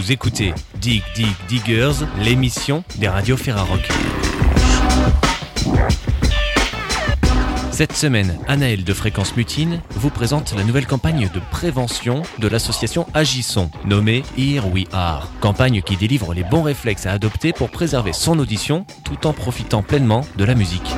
Vous écoutez Dig Dig Diggers, l'émission des radios Ferrarock. Cette semaine, Anaël de Fréquence Mutine vous présente la nouvelle campagne de prévention de l'association Agissons, nommée Here We Are. Campagne qui délivre les bons réflexes à adopter pour préserver son audition tout en profitant pleinement de la musique.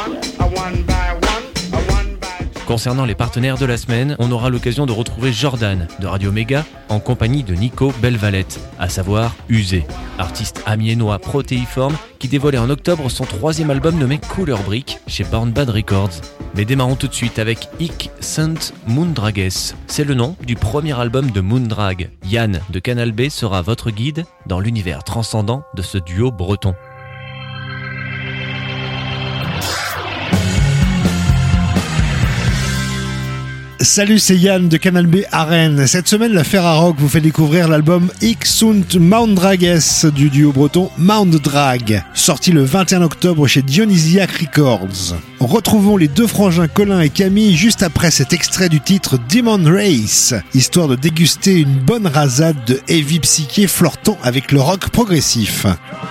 Concernant les partenaires de la semaine, on aura l'occasion de retrouver Jordan de Radio Méga en compagnie de Nico Belvalette, à savoir Usé, artiste amiénois protéiforme qui dévoilait en octobre son 3e album nommé Cooler Brick chez Born Bad Records. Mais démarrons tout de suite avec Ik Sunt Moondrages. C'est le nom du premier album de Moondrag. Yann de Canal B sera votre guide dans l'univers transcendant de ce duo breton. Salut, c'est Yann de Canal B à Rennes. Cette semaine, la Ferrarock vous fait découvrir l'album Ik Sunt Moundrages du duo breton Moundrag, sorti le 21 octobre chez Dionysiac Records. Retrouvons les deux frangins Colin et Camille juste après cet extrait du titre Demon Race, histoire de déguster une bonne rasade de heavy psyché flirtant avec le rock progressif.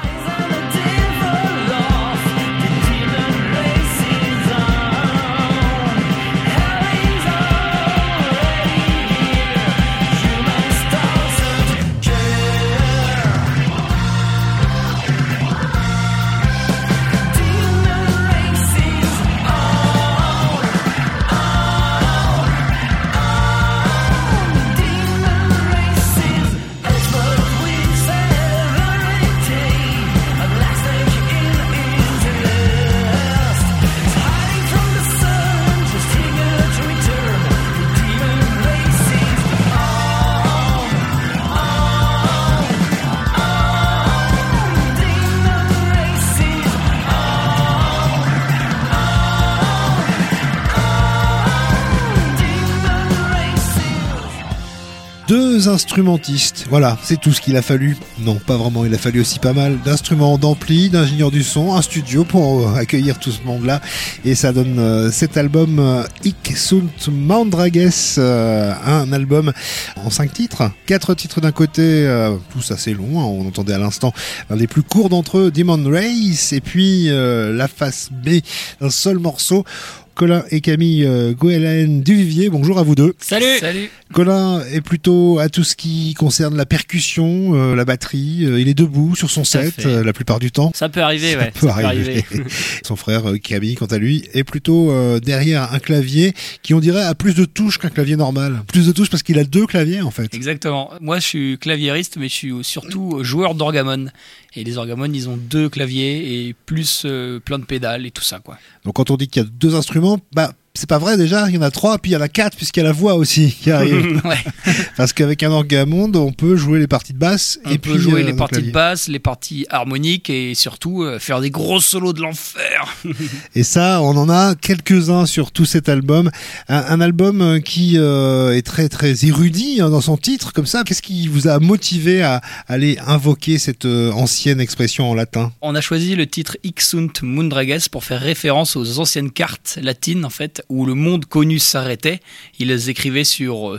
Deux instrumentistes, voilà, c'est tout ce qu'il a fallu. Non, pas vraiment, il a fallu aussi pas mal d'instruments, d'amplis, d'ingénieurs du son, un studio pour accueillir tout ce monde-là. Et ça donne cet album Ik Sunt Moundrages, un album en 5 titres. 4 titres d'un côté, tous assez longs, hein, on entendait à l'instant l'un des plus courts d'entre eux, Demon Race, et puis la face B, un seul morceau. Colin et Camille Goëlen Duvivier, bonjour à vous deux. Salut. Colin est plutôt à tout ce qui concerne la percussion, la batterie. Il est debout sur son set la plupart du temps. Ça peut arriver, Ça peut arriver. Son frère Camille, quant à lui, est plutôt derrière un clavier qui, on dirait, a plus de touches qu'un clavier normal. Plus de touches parce qu'il a 2 claviers en fait. Exactement. Moi, je suis claviériste, mais je suis surtout joueur d'orgamon. Et les orgamones, ils ont 2 claviers et plus plein de pédales et tout ça, quoi. Donc quand on dit qu'il y a 2 instruments, c'est pas vrai déjà, il y en a 3, puis il y en a 4 puisqu'il y a la voix aussi qui arrive. Ouais. Parce qu'avec un orgamonde, on peut jouer les parties de basse on peut jouer les parties de basse, les parties harmoniques et surtout faire des gros solos de l'enfer. Et ça, on en a quelques-uns sur tout cet album. Un album qui est très très érudit dans son titre, comme ça. Qu'est-ce qui vous a motivé à aller invoquer cette ancienne expression en latin ? On a choisi le titre Ik Sunt Moundrages pour faire référence aux anciennes cartes latines en fait, où le monde connu s'arrêtait. Ils écrivaient sur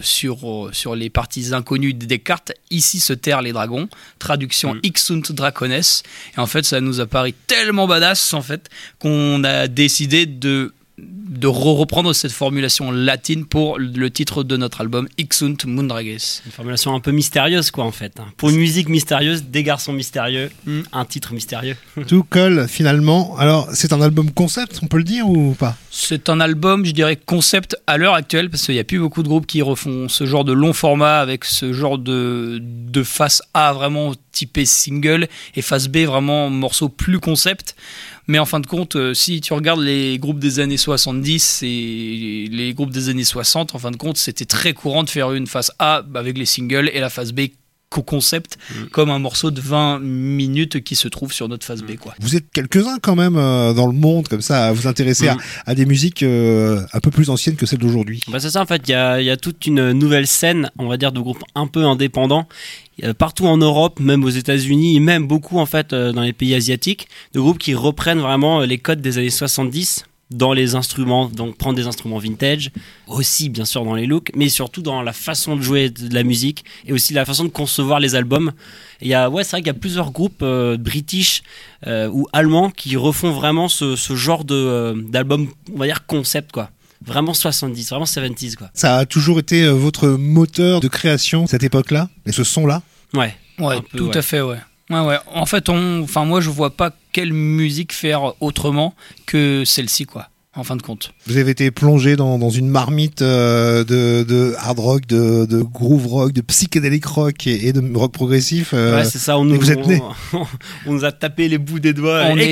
les parties inconnues des cartes, ici se terrent les dragons, traduction Ik Sunt Dracones. Et en fait, ça nous a paru tellement badass en fait, qu'on a décidé de reprendre cette formulation latine pour le titre de notre album Ik Sunt Moundrages. Une formulation un peu mystérieuse quoi en fait. Pour une musique mystérieuse, des garçons mystérieux, un titre mystérieux. Tout colle finalement. Alors c'est un album concept, on peut le dire ou pas ? C'est un album, je dirais, concept à l'heure actuelle, parce qu'il n'y a plus beaucoup de groupes qui refont ce genre de long format avec ce genre de face A vraiment typé single et face B vraiment morceau plus concept. Mais en fin de compte, si tu regardes les groupes des années 70 et les groupes des années 60, en fin de compte, c'était très courant de faire une face A avec les singles et la face B concept comme un morceau de 20 minutes qui se trouve sur notre face B quoi. Vous êtes quelques-uns quand même dans le monde comme ça à vous intéresser à des musiques un peu plus anciennes que celles d'aujourd'hui. C'est ça en fait, il y a toute une nouvelle scène, on va dire, de groupes un peu indépendants. Partout en Europe, même aux États-Unis, et même beaucoup en fait dans les pays asiatiques, de groupes qui reprennent vraiment les codes des années 70 dans les instruments, donc prendre des instruments vintage, aussi bien sûr dans les looks, mais surtout dans la façon de jouer de la musique et aussi la façon de concevoir les albums. Et c'est vrai qu'il y a plusieurs groupes british ou allemands qui refont vraiment ce genre d'album, on va dire concept quoi. Vraiment 70, vraiment 70 quoi. Ça a toujours été votre moteur de création, cette époque-là, et ce son-là? Ouais, tout à fait, ouais. Ouais. En fait, moi, je vois pas quelle musique faire autrement que celle-ci, quoi. En fin de compte. Vous avez été plongé dans une marmite de hard rock, de groove rock, de psychédélique rock et de rock progressif. Ouais, c'est ça. On nous a tapé les bouts des doigts. On est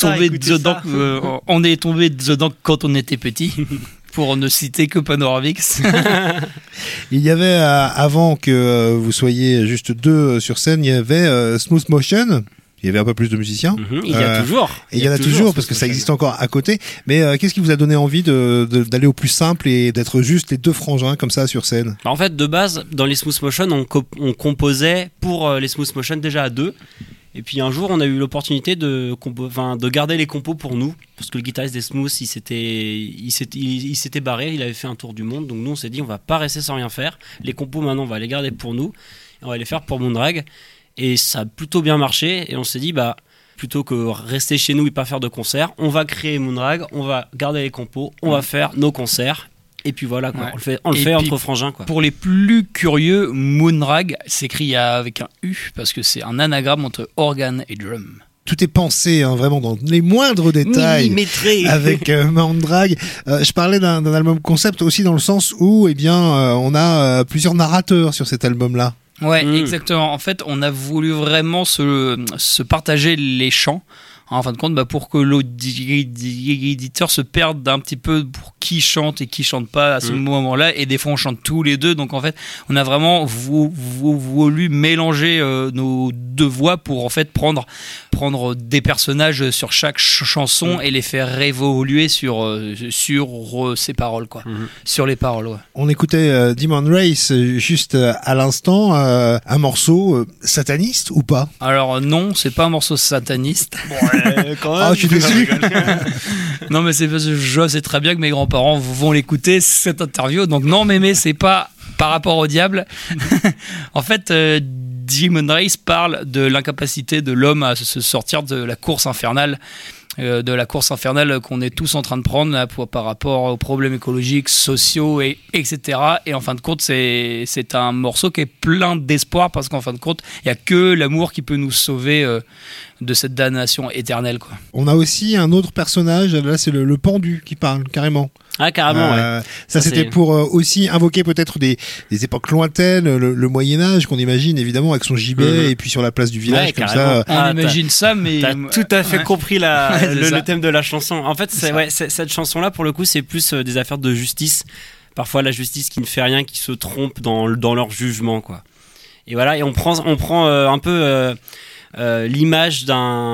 tombé dedans quand on était petit. Pour ne citer que Panoramix. Il y avait, avant que vous soyez juste deux sur scène, il y avait Smooth Motion. Il y avait un peu plus de musiciens. Il y a toujours. Et il y en a toujours parce que ça existe encore à côté. Mais qu'est-ce qui vous a donné envie d'aller au plus simple et d'être juste les deux frangins comme ça sur scène? En fait, de base, dans les Smooth Motion, on composait pour les Smooth Motion déjà à deux. Et puis un jour, on a eu l'opportunité de garder les compos pour nous, parce que le guitariste des Smooth, il s'était barré, il avait fait un tour du monde. Donc nous, on s'est dit, on va pas rester sans rien faire. Les compos, maintenant, on va les garder pour nous, et on va les faire pour Moonrag. Et ça a plutôt bien marché. Et on s'est dit, plutôt que rester chez nous et pas faire de concert, on va créer Moonrag, on va garder les compos, on va faire nos concerts. Et puis voilà, quoi. Ouais. On le fait entre frangins, quoi. Pour les plus curieux, Moonrag s'écrit avec un U parce que c'est un anagramme entre organe et drum. Tout est pensé, vraiment dans les moindres détails. Millimétré. Avec Moonrag. Je parlais d'un album concept aussi dans le sens où, on a plusieurs narrateurs sur cet album-là. Ouais, exactement. En fait, on a voulu vraiment se partager les chants. En fin de compte, pour que l'auditeur se perde d'un petit peu pour qui chante et qui chante pas à ce moment-là. Et des fois, on chante tous les deux. Donc, en fait, on a vraiment voulu mélanger nos deux voix pour en fait prendre des personnages sur chaque chanson et les faire évoluer sur ces paroles, quoi. Sur les paroles, ouais. On écoutait Demon Race juste à l'instant, un morceau sataniste ou pas? Alors non, c'est pas un morceau sataniste. Quand même. Je suis déçu. Non, mais c'est parce que je sais très bien que mes grands-parents vont l'écouter cette interview. Donc non, mais c'est pas par rapport au diable. En fait, Demon Race parle de l'incapacité de l'homme à se sortir de la course infernale. Qu'on est tous en train de prendre là, par rapport aux problèmes écologiques, sociaux, etc. Et en fin de compte, c'est un morceau qui est plein d'espoir parce qu'en fin de compte, il n'y a que l'amour qui peut nous sauver de cette damnation éternelle, quoi. On a aussi un autre personnage, là c'est le pendu qui parle carrément. Ah, carrément, ouais. Ça c'était pour aussi invoquer peut-être des époques lointaines, le Moyen-Âge qu'on imagine évidemment avec son gibet et puis sur la place du village comme carrément. ça. On imagine ça, mais t'as tout à fait compris le thème de la chanson. En fait, cette chanson-là, pour le coup, c'est plus des affaires de justice. Parfois, la justice qui ne fait rien, qui se trompe dans leur jugement, quoi. Et voilà, et on prend un peu l'image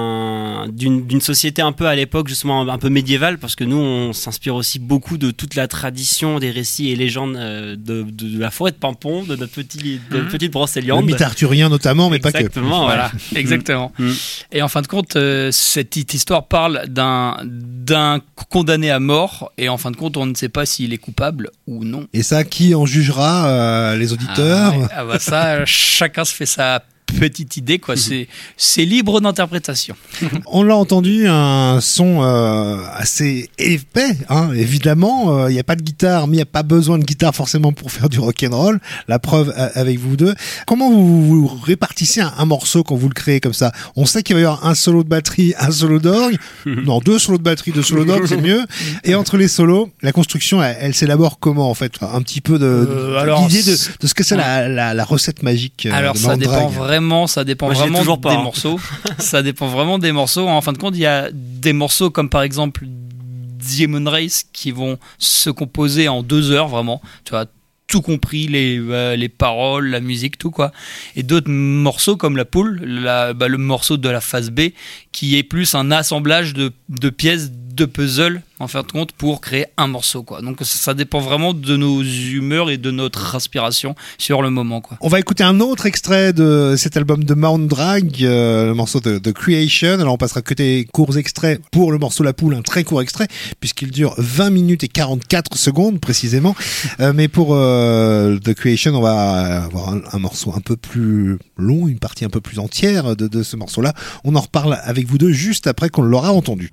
d'une société un peu à l'époque justement un peu médiévale, parce que nous on s'inspire aussi beaucoup de toute la tradition des récits et légendes de la forêt de Pimpon, de notre petite Brocéliande, le mythe arthurien notamment, mais exactement, pas que. Voilà, exactement. Et en fin de compte, cette histoire parle d'un condamné à mort, et en fin de compte on ne sait pas s'il est coupable ou non. Et ça, qui en jugera? Les auditeurs? Ça, chacun se fait sa petite idée, quoi. C'est libre d'interprétation. On l'a entendu, un son assez épais, hein. Évidemment, il n'y a pas de guitare, mais il n'y a pas besoin de guitare forcément pour faire du rock'n'roll. La preuve avec vous deux. Comment vous répartissez un morceau quand vous le créez comme ça? On sait qu'il va y avoir un solo de batterie, un solo d'orgue. Non, 2 solos de batterie, 2 solos d'orgue, c'est mieux. Et entre les solos, la construction, elle s'élabore comment, en fait? Un petit peu l'idée de ce que c'est la recette magique. Alors, de ça dépend Moonrag. Ça dépend vraiment des morceaux. Ça dépend vraiment des morceaux. En fin de compte, il y a des morceaux comme par exemple Demon Race qui vont se composer en 2 heures, vraiment. Tu vois, tout compris, les paroles, la musique, tout, quoi. Et d'autres morceaux comme La Poule, le morceau de la phase B, qui est plus un assemblage de pièces de puzzle en fin de compte pour créer un morceau, quoi. Donc ça dépend vraiment de nos humeurs et de notre inspiration sur le moment, quoi. On va écouter un autre extrait de cet album de Mount Drag, le morceau de The Creation. Alors on passera que des courts extraits pour le morceau La Poule, un très court extrait puisqu'il dure 20 minutes et 44 secondes précisément. Mais pour The Creation, on va avoir un morceau un peu plus long, une partie un peu plus entière de ce morceau-là. On en reparle avec vous deux juste après qu'on l'aura entendu.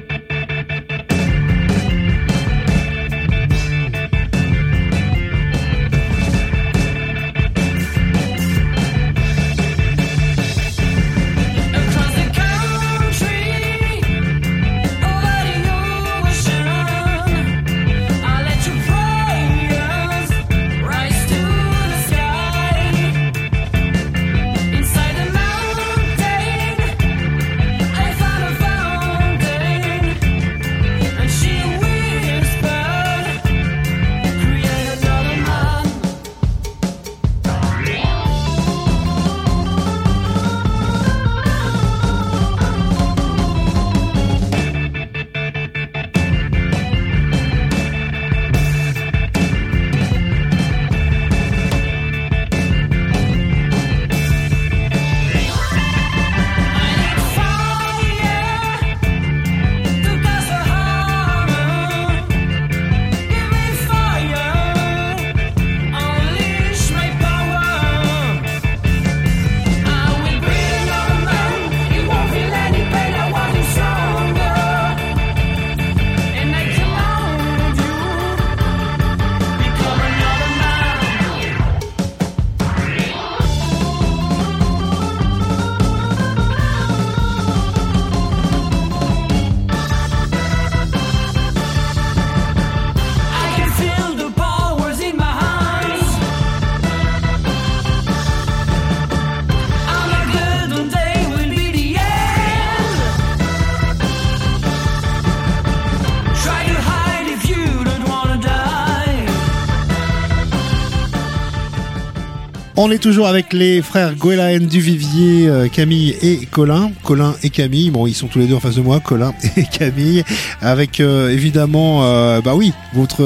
On est toujours avec les frères Gwellaën Duvivier, Camille et Colin. Colin et Camille, bon, ils sont tous les deux en face de moi, Colin et Camille, avec évidemment, bah oui,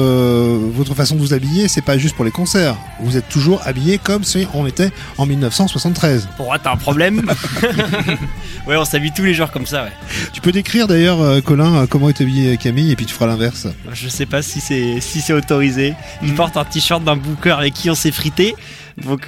votre façon de vous habiller, c'est pas juste pour les concerts. Vous êtes toujours habillés comme si on était en 1973. Pour t'as un problème? Ouais, on s'habille tous les jours comme ça, ouais. Tu peux décrire d'ailleurs, Colin, comment est habillé Camille, et puis tu feras l'inverse. Je sais pas si c'est autorisé. Il porte un t-shirt d'un booker avec qui on s'est frité. Donc,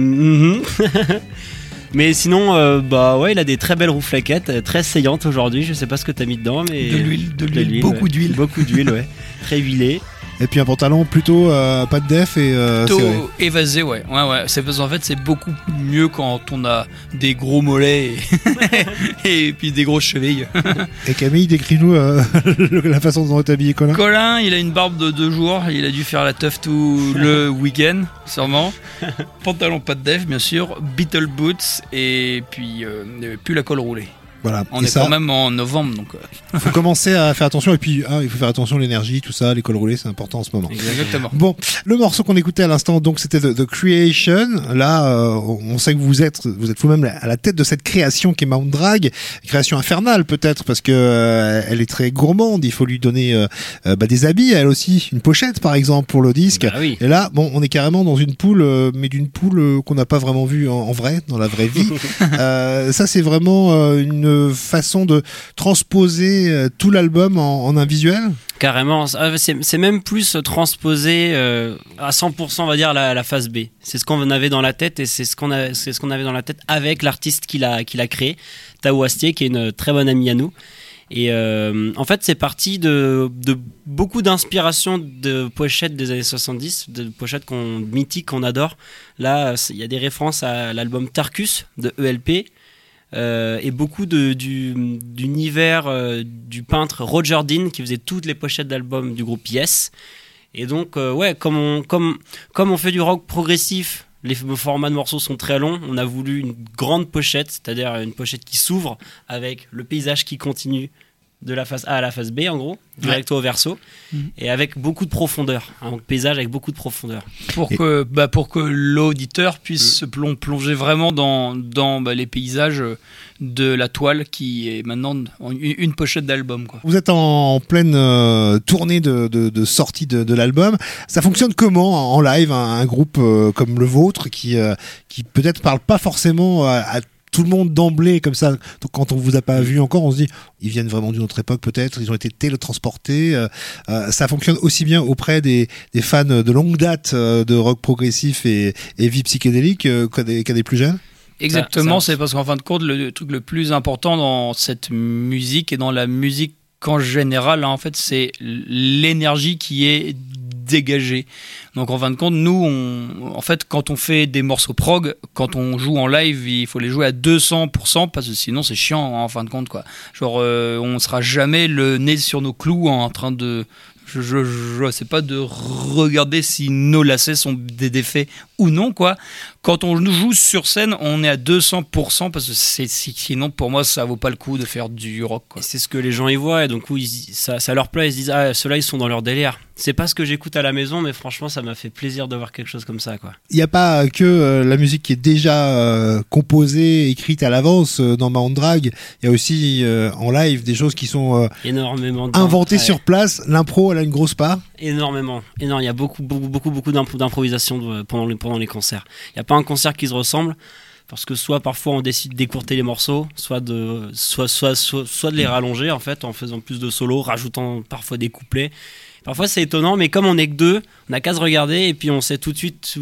mais sinon, bah ouais, il a des très belles rouflaquettes, très saillantes aujourd'hui. Je sais pas ce que t'as mis dedans, mais de l'huile, beaucoup d'huile, ouais, très huilé. Et puis un pantalon plutôt pas de def et plutôt évasé, ouais. C'est parce qu'en fait c'est beaucoup mieux quand on a des gros mollets et puis des grosses chevilles. Et Camille, décris-nous la façon dont est habillé Colin. Colin, il a une barbe de 2 jours, il a dû faire la teuf tout le week-end, sûrement. Pantalon pas de def, bien sûr, Beatle boots et puis pull à col roulé. Voilà. On est quand même en novembre, donc. Faut commencer à faire attention, et puis il faut faire attention à l'énergie, tout ça, les cols roulés, c'est important en ce moment. Exactement. Bon, le morceau qu'on écoutait à l'instant, donc c'était The Creation. Là, on sait que vous êtes vous-même à la tête de cette création qui est Mount Drag, création infernale peut-être parce que elle est très gourmande. Il faut lui donner des habits, elle aussi, une pochette par exemple pour le disque. Bah oui. Et là, bon, on est carrément dans une poule, mais d'une poule qu'on n'a pas vraiment vue en vrai, dans la vraie vie. Ça, c'est vraiment une façon de transposer tout l'album en un visuel. Carrément, c'est même plus transposé à 100%, on va dire, la phase B. C'est ce qu'on avait dans la tête et c'est ce qu'on avait dans la tête avec l'artiste qui l'a créé, Tao Astier, qui est une très bonne amie à nous. Et en fait, c'est parti de beaucoup d'inspiration de pochettes des années 70, de pochettes mythiques qu'on adore. Là, il y a des références à l'album Tarkus de ELP. Et beaucoup d'univers du peintre Roger Dean qui faisait toutes les pochettes d'albums du groupe Yes. Et donc ouais, comme on fait du rock progressif, les formats de morceaux sont très longs, on a voulu une grande pochette, c'est-à-dire une pochette qui s'ouvre avec le paysage qui continue de la phase A à la phase B en gros, du recto au verso, et avec beaucoup de profondeur, un paysage avec beaucoup de profondeur. Pour que l'auditeur puisse se plonger vraiment dans les paysages de la toile qui est maintenant une pochette d'album, quoi. Vous êtes en pleine tournée de sortie de l'album. Ça fonctionne comment en live, un groupe comme le vôtre qui peut-être parle pas forcément à tout le monde d'emblée comme ça? Donc quand on vous a pas vu encore, on se dit ils viennent vraiment d'une autre époque peut-être, ils ont été télétransportés. Ça fonctionne aussi bien auprès des fans de longue date de rock progressif et vie psychédélique qu'à des plus jeunes? Exactement, c'est parce qu'en fin de compte, le truc le plus important dans cette musique et dans la musique en général, en fait, c'est l'énergie qui est dégagée. Donc en fin de compte, nous, en fait, quand on fait des morceaux prog, quand on joue en live, il faut les jouer à 200% parce que sinon c'est chiant en fin de compte, quoi. Genre, on sera jamais le nez sur nos clous en train de... Je sais pas, de regarder si nos lacets sont des défaits ou non, quoi. Quand on joue sur scène, on est à 200% parce que sinon, pour moi, ça vaut pas le coup de faire du rock, quoi. Et c'est ce que les gens y voient, et donc ça leur plaît, ils se disent ah, ceux-là ils sont dans leur délire. C'est pas ce que j'écoute à la maison, mais franchement, ça m'a fait plaisir de voir quelque chose comme ça, quoi. Il n'y a pas que la musique qui est déjà composée, écrite à l'avance dans Mount Drag. Il y a aussi en live des choses qui sont énormément inventées sur place. L'impro, elle a une grosse part. Énormément. Il y a beaucoup d'improvisation pendant les concerts. Il n'y a pas un concert qui se ressemble. Parce que soit parfois on décide d'écourter les morceaux, soit de les rallonger en fait, en faisant plus de solos, rajoutant parfois des couplets. Parfois c'est étonnant, mais comme on n'est que deux, on n'a qu'à se regarder et puis on sait tout de suite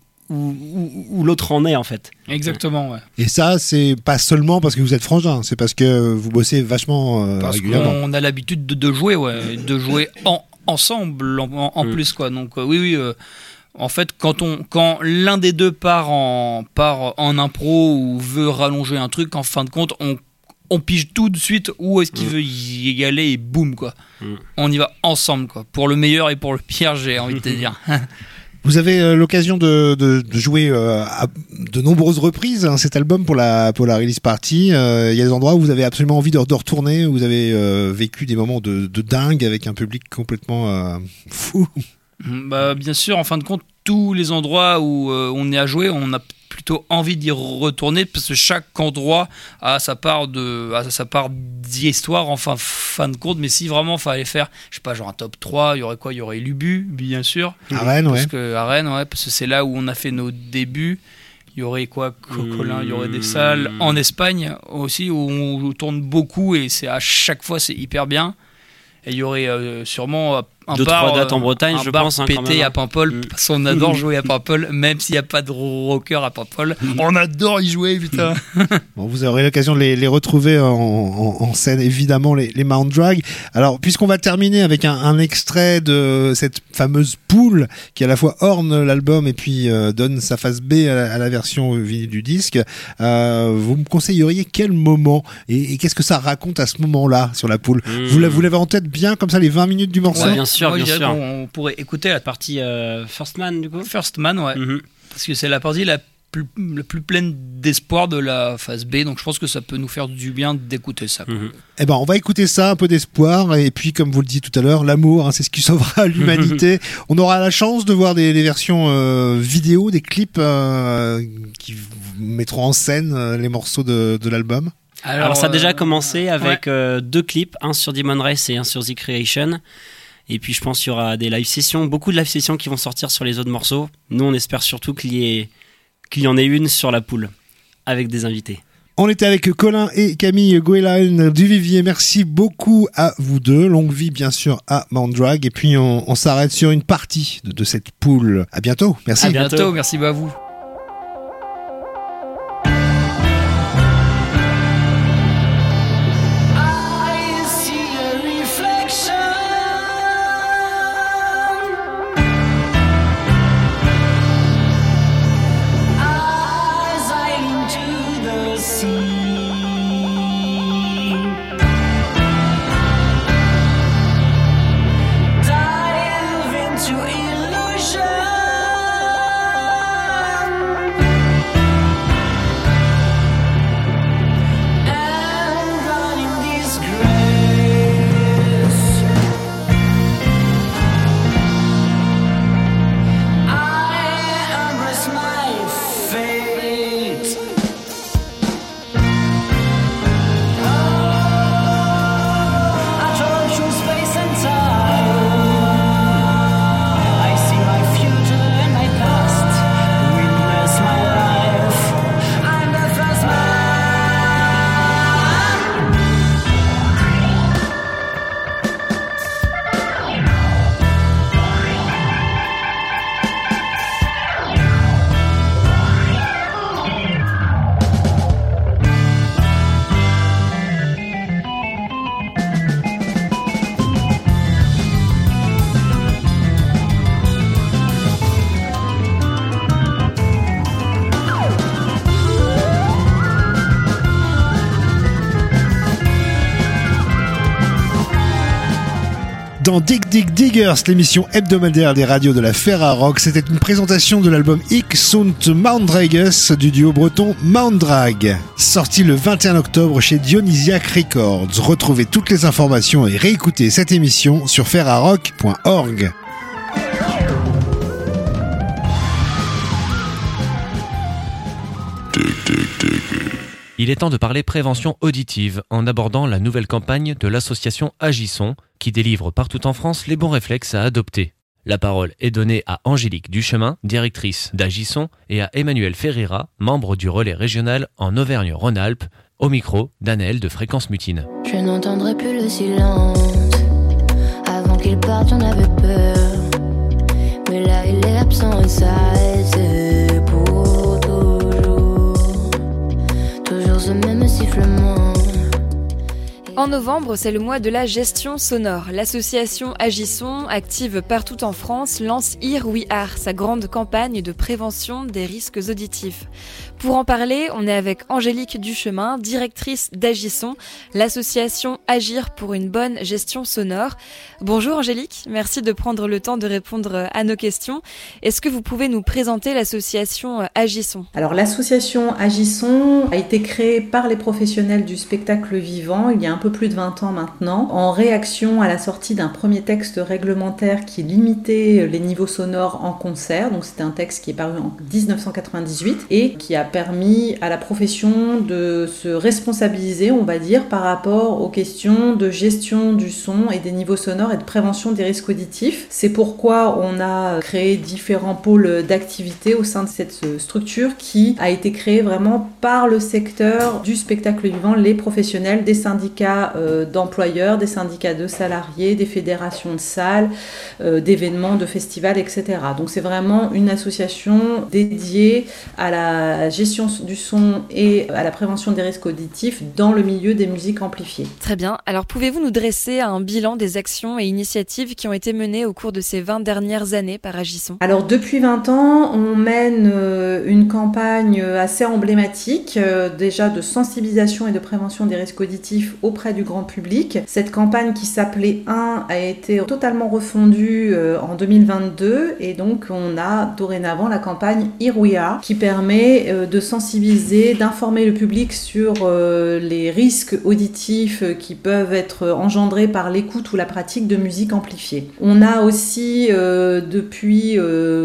où l'autre en est en fait. Exactement, ouais. Et ça, c'est pas seulement parce que vous êtes frangins, c'est parce que vous bossez vachement régulièrement. Parce qu'on a l'habitude de jouer, ouais, de jouer ensemble en plus, quoi. Donc oui. En fait, quand l'un des deux part en impro ou veut rallonger un truc, en fin de compte, on pige tout de suite où est-ce qu'il veut y aller et boum, quoi. On y va ensemble, quoi. Pour le meilleur et pour le pire, j'ai envie de te dire. Vous avez l'occasion de jouer à de nombreuses reprises cet album pour la release party. Il y a des endroits où vous avez absolument envie de retourner, où vous avez vécu des moments de dingue avec un public complètement fou. Bien sûr, en fin de compte, tous les endroits où on est à jouer, on a plutôt envie d'y retourner parce que chaque endroit a sa part d'histoire en fin de compte. Mais si vraiment fallait faire, je sais pas, genre un top 3, il y aurait quoi? Il y aurait Lubu, bien sûr. À Rennes, parce que c'est là où on a fait nos débuts. Il y aurait quoi? Cocolin, il y aurait des salles en Espagne aussi où on tourne beaucoup et c'est à chaque fois c'est hyper bien. Et il y aurait sûrement un 2-3 dates en Bretagne, je pense. Pété à Paimpol, parce qu'on adore jouer à Paimpol, même s'il n'y a pas de rocker à Paimpol. On adore y jouer, putain. Bon, vous aurez l'occasion de les retrouver en scène, évidemment, les Mount Drag. Alors, puisqu'on va terminer avec un extrait de cette fameuse poule qui à la fois orne l'album et puis donne sa face B à la version vinyle du disque, vous me conseilleriez quel moment et qu'est-ce que ça raconte à ce moment-là sur la poule? Vous l'avez en tête bien comme ça les 20 minutes du morceau? Ouais, bien sûr. On pourrait écouter la partie First Man du coup. First Man, ouais. Parce que c'est la partie la plus pleine d'espoir de la phase B, donc je pense que ça peut nous faire du bien d'écouter ça. Eh ben, on va écouter ça, un peu d'espoir, et puis comme vous le disiez tout à l'heure, l'amour, c'est ce qui sauvera l'humanité. On aura la chance de voir des versions vidéo, des clips qui mettront en scène les morceaux de l'album. Alors ça a déjà commencé avec 2 clips, un sur Demon Race et un sur The Creation. Et puis je pense qu'il y aura des live sessions, beaucoup de live sessions qui vont sortir sur les autres morceaux. Nous on espère surtout qu'il y en ait une sur la poule, avec des invités. On était avec Colin et Camille Goélan du Vivier. Merci beaucoup à vous deux. Longue vie bien sûr à Mount Drag. Et puis on s'arrête sur une partie de cette poule. À bientôt. Merci. À bientôt. Merci à vous. Dive into illusion. Dans Dig Dig Diggers, l'émission hebdomadaire des radios de la Ferrarock, c'était une présentation de l'album Ich sunt Maundrages du duo breton Maundrag, sorti le 21 octobre chez Dionysiac Records. Retrouvez toutes les informations et réécoutez cette émission sur ferrarock.org. Il est temps de parler prévention auditive en abordant la nouvelle campagne de l'association Agissons qui délivre partout en France les bons réflexes à adopter. La parole est donnée à Angélique Duchemin, directrice d'Agissons, et à Emmanuel Ferreira, membre du relais régional en Auvergne-Rhône-Alpes, au micro d'Anaël de Fréquence Mutine. Je n'entendrai plus le silence. Avant qu'il parte, j'en avais peur. Mais là, il est absent et ça, c'est pour toujours. Toujours ce même sifflement. En novembre, c'est le mois de la gestion sonore. L'association Agissons, active partout en France, lance Hear We Are, sa grande campagne de prévention des risques auditifs. Pour en parler, on est avec Angélique Duchemin, directrice d'Agissons, l'association Agir pour une bonne gestion sonore. Bonjour Angélique, merci de prendre le temps de répondre à nos questions. Est-ce que vous pouvez nous présenter l'association Agissons ? Alors l'association Agissons a été créée par les professionnels du spectacle vivant il y a un peu plus de 20 ans maintenant, en réaction à la sortie d'un premier texte réglementaire qui limitait les niveaux sonores en concert. Donc c'était un texte qui est paru en 1998 et qui a permis à la profession de se responsabiliser, on va dire, par rapport aux questions de gestion du son et des niveaux sonores et de prévention des risques auditifs. C'est pourquoi on a créé différents pôles d'activité au sein de cette structure qui a été créée vraiment par le secteur du spectacle vivant, les professionnels, des syndicats d'employeurs, des syndicats de salariés, des fédérations de salles, d'événements, de festivals, etc. Donc c'est vraiment une association dédiée à la gestion du son et à la prévention des risques auditifs dans le milieu des musiques amplifiées. Très bien. Alors pouvez-vous nous dresser un bilan des actions et initiatives qui ont été menées au cours de ces 20 dernières années par Agissons ? Alors depuis 20 ans, on mène une campagne assez emblématique, déjà de sensibilisation et de prévention des risques auditifs auprès du grand public. Cette campagne qui s'appelait 1 a été totalement refondue en 2022 et donc on a dorénavant la campagne Hear We Are qui permet de sensibiliser, d'informer le public sur les risques auditifs qui peuvent être engendrés par l'écoute ou la pratique de musique amplifiée. On a aussi depuis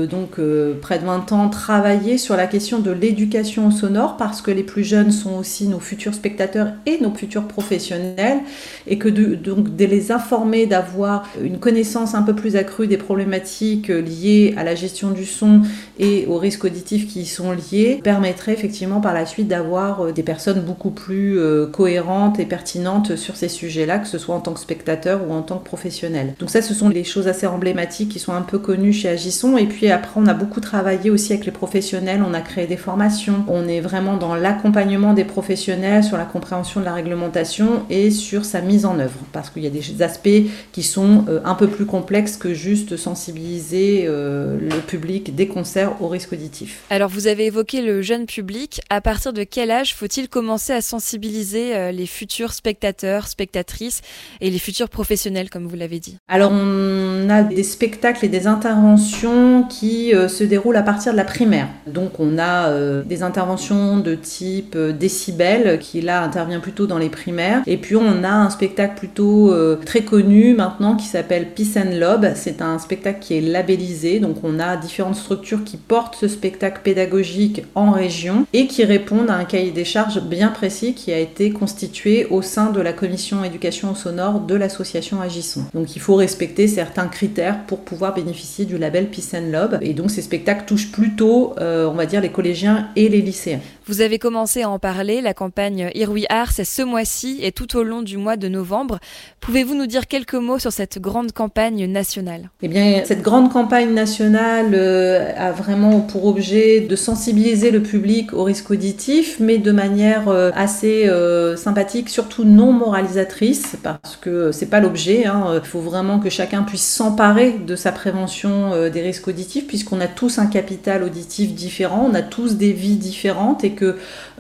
près de 20 ans travaillé sur la question de l'éducation au sonore parce que les plus jeunes sont aussi nos futurs spectateurs et nos futurs professionnels et que de les informer, d'avoir une connaissance un peu plus accrue des problématiques liées à la gestion du son et aux risques auditifs qui y sont liés permettrait effectivement par la suite d'avoir des personnes beaucoup plus cohérentes et pertinentes sur ces sujets-là, que ce soit en tant que spectateur ou en tant que professionnel. Donc ça, ce sont les choses assez emblématiques qui sont un peu connues chez Agissons. Et puis après, on a beaucoup travaillé aussi avec les professionnels, on a créé des formations, on est vraiment dans l'accompagnement des professionnels sur la compréhension de la réglementation et sur sa mise en œuvre, parce qu'il y a des aspects qui sont un peu plus complexes que juste sensibiliser le public des concerts aux risques auditifs. Alors vous avez évoqué le jeune public. À partir de quel âge faut-il commencer à sensibiliser les futurs spectateurs, spectatrices et les futurs professionnels, comme vous l'avez dit ? Alors on a des spectacles et des interventions qui se déroulent à partir de la primaire. Donc on a des interventions de type décibel qui là intervient plutôt dans les primaires. Et puis on a un spectacle plutôt très connu maintenant qui s'appelle Peace and Love. C'est un spectacle qui est labellisé. Donc on a différentes structures qui portent ce spectacle pédagogique en région et qui répondent à un cahier des charges bien précis qui a été constitué au sein de la commission éducation au sonore de l'association Agissons. Donc il faut respecter certains critères pour pouvoir bénéficier du label Peace and Love. Et donc ces spectacles touchent plutôt, on va dire, les collégiens et les lycéens. Vous avez commencé à en parler, la campagne Hear We Are, c'est ce mois-ci et tout au long du mois de novembre. Pouvez-vous nous dire quelques mots sur cette grande campagne nationale ? Eh bien, cette grande campagne nationale a vraiment pour objet de sensibiliser le public aux risques auditifs, mais de manière assez sympathique, surtout non moralisatrice, parce que c'est pas l'objet. Il faut vraiment que chacun puisse s'emparer de sa prévention des risques auditifs, puisqu'on a tous un capital auditif différent, on a tous des vies différentes et que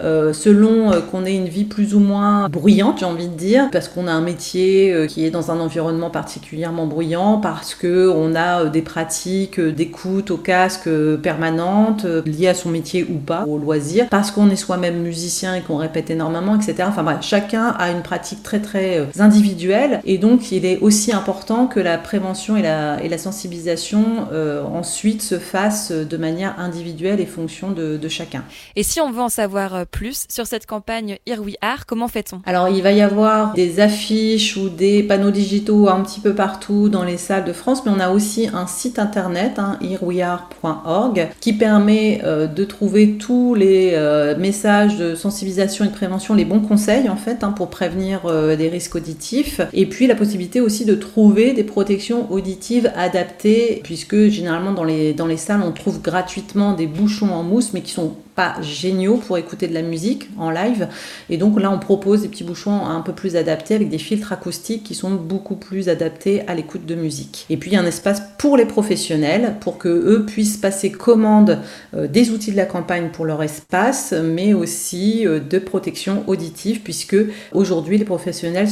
selon qu'on ait une vie plus ou moins bruyante, j'ai envie de dire, parce qu'on a un métier qui est dans un environnement particulièrement bruyant, parce qu'on a des pratiques d'écoute au casque permanentes, liées à son métier ou pas, au loisir, parce qu'on est soi-même musicien et qu'on répète énormément, etc. Enfin bref, chacun a une pratique très très individuelle, et donc il est aussi important que la prévention et la sensibilisation ensuite se fassent de manière individuelle et fonction de chacun. Et si on veut en savoir plus sur cette campagne Here We Are, comment fait-on ? Alors il va y avoir des affiches ou des panneaux digitaux un petit peu partout dans les salles de France, mais on a aussi un site internet, hereweare.org, qui permet de trouver tous les messages de sensibilisation et de prévention, les bons conseils en fait, pour prévenir des risques auditifs, et puis la possibilité aussi de trouver des protections auditives adaptées, puisque généralement dans les salles on trouve gratuitement des bouchons en mousse, mais qui sont pas géniaux pour écouter de la musique en live, et donc là on propose des petits bouchons un peu plus adaptés avec des filtres acoustiques qui sont beaucoup plus adaptés à l'écoute de musique. Et puis il y a un espace pour les professionnels pour que eux puissent passer commande des outils de la campagne pour leur espace, mais aussi de protection auditive, puisque aujourd'hui les professionnels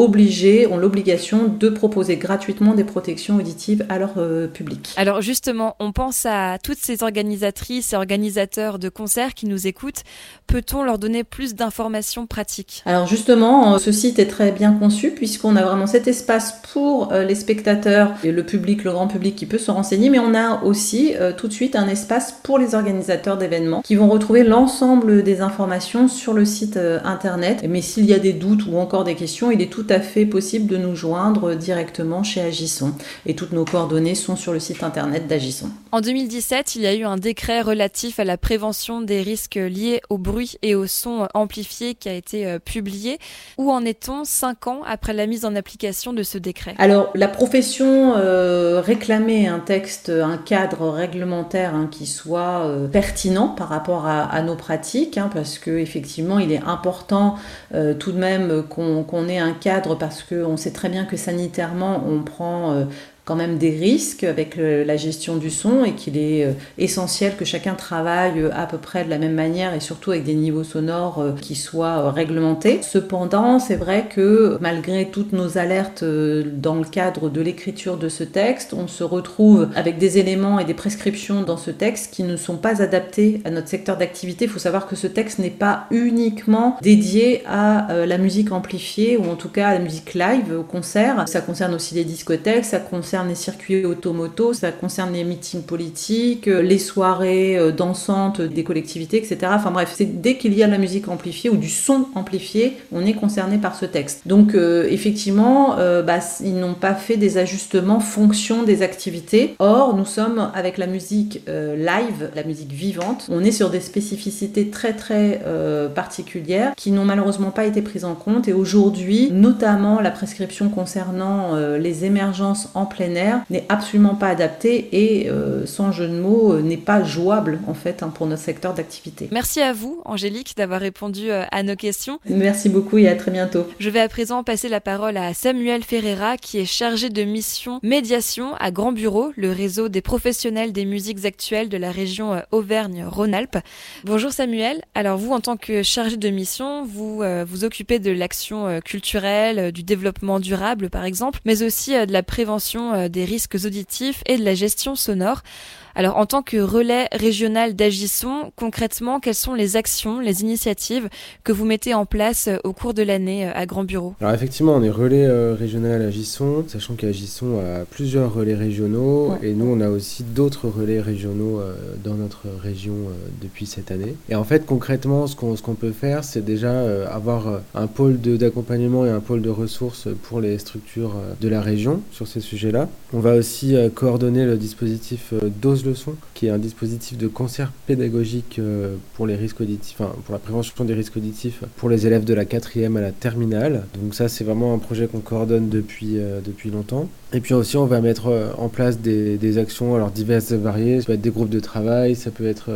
ont l'obligation de proposer gratuitement des protections auditives à leur public. Alors justement, on pense à toutes ces organisatrices et organisateurs de concerts qui nous écoutent. Peut-on leur donner plus d'informations pratiques ? Alors justement, ce site est très bien conçu puisqu'on a vraiment cet espace pour les spectateurs et le public, le grand public qui peut se renseigner, mais on a aussi tout de suite un espace pour les organisateurs d'événements qui vont retrouver l'ensemble des informations sur le site internet. Mais s'il y a des doutes ou encore des questions, il est tout à fait possible de nous joindre directement chez Agisson. Et toutes nos coordonnées sont sur le site internet d'Agisson. En 2017, il y a eu un décret relatif à la prévention des risques liés au bruit et au son amplifié qui a été publié. Où en est-on 5 ans après la mise en application de ce décret ? Alors, la profession réclamait un texte, un cadre réglementaire qui soit pertinent par rapport à nos pratiques, parce qu'effectivement, il est important tout de même qu'on ait un cadre, parce qu'on sait très bien que sanitairement, on prend quand même des risques avec la gestion du son, et qu'il est essentiel que chacun travaille à peu près de la même manière, et surtout avec des niveaux sonores qui soient réglementés. Cependant, c'est vrai que malgré toutes nos alertes dans le cadre de l'écriture de ce texte, on se retrouve avec des éléments et des prescriptions dans ce texte qui ne sont pas adaptés à notre secteur d'activité. Il faut savoir que ce texte n'est pas uniquement dédié à la musique amplifiée, ou en tout cas à la musique live, au concert. Ça concerne aussi les discothèques, ça concerne les circuits automoto, ça concerne les meetings politiques, les soirées dansantes des collectivités, etc. Enfin bref, c'est dès qu'il y a de la musique amplifiée ou du son amplifié, on est concerné par ce texte. Donc effectivement, ils n'ont pas fait des ajustements fonction des activités. Or, nous sommes avec la musique live, la musique vivante, on est sur des spécificités très très particulières qui n'ont malheureusement pas été prises en compte, et aujourd'hui, notamment la prescription concernant les émergences en plein air n'est absolument pas adaptée et sans jeu de mots n'est pas jouable en fait pour notre secteur d'activité. Merci à vous Angélique d'avoir répondu à nos questions. Merci beaucoup et à très bientôt. Je vais à présent passer la parole à Samuel Ferreira qui est chargé de mission médiation à Grand Bureau, le réseau des professionnels des musiques actuelles de la région Auvergne-Rhône-Alpes. Bonjour Samuel, alors vous en tant que chargé de mission, vous vous occupez de l'action culturelle, du développement durable par exemple, mais aussi de la prévention des risques auditifs et de la gestion sonore. Alors, en tant que relais régional d'Agisson, concrètement, quelles sont les actions, les initiatives que vous mettez en place au cours de l'année à Grand Bureau ? Alors effectivement, on est relais régional à Agisson, sachant qu'Agisson a plusieurs relais régionaux, et nous on a aussi d'autres relais régionaux dans notre région depuis cette année. Et en fait, concrètement, ce qu'on peut faire, c'est déjà avoir un pôle d'accompagnement et un pôle de ressources pour les structures de la région sur ces sujets-là. On va aussi coordonner le dispositif Dose le son, qui est un dispositif de concert pédagogique pour les risques auditifs, pour la prévention des risques auditifs pour les élèves de la 4e à la terminale. Donc ça, c'est vraiment un projet qu'on coordonne depuis longtemps. Et puis aussi, on va mettre en place des actions alors diverses et variées. Ça peut être des groupes de travail, ça peut être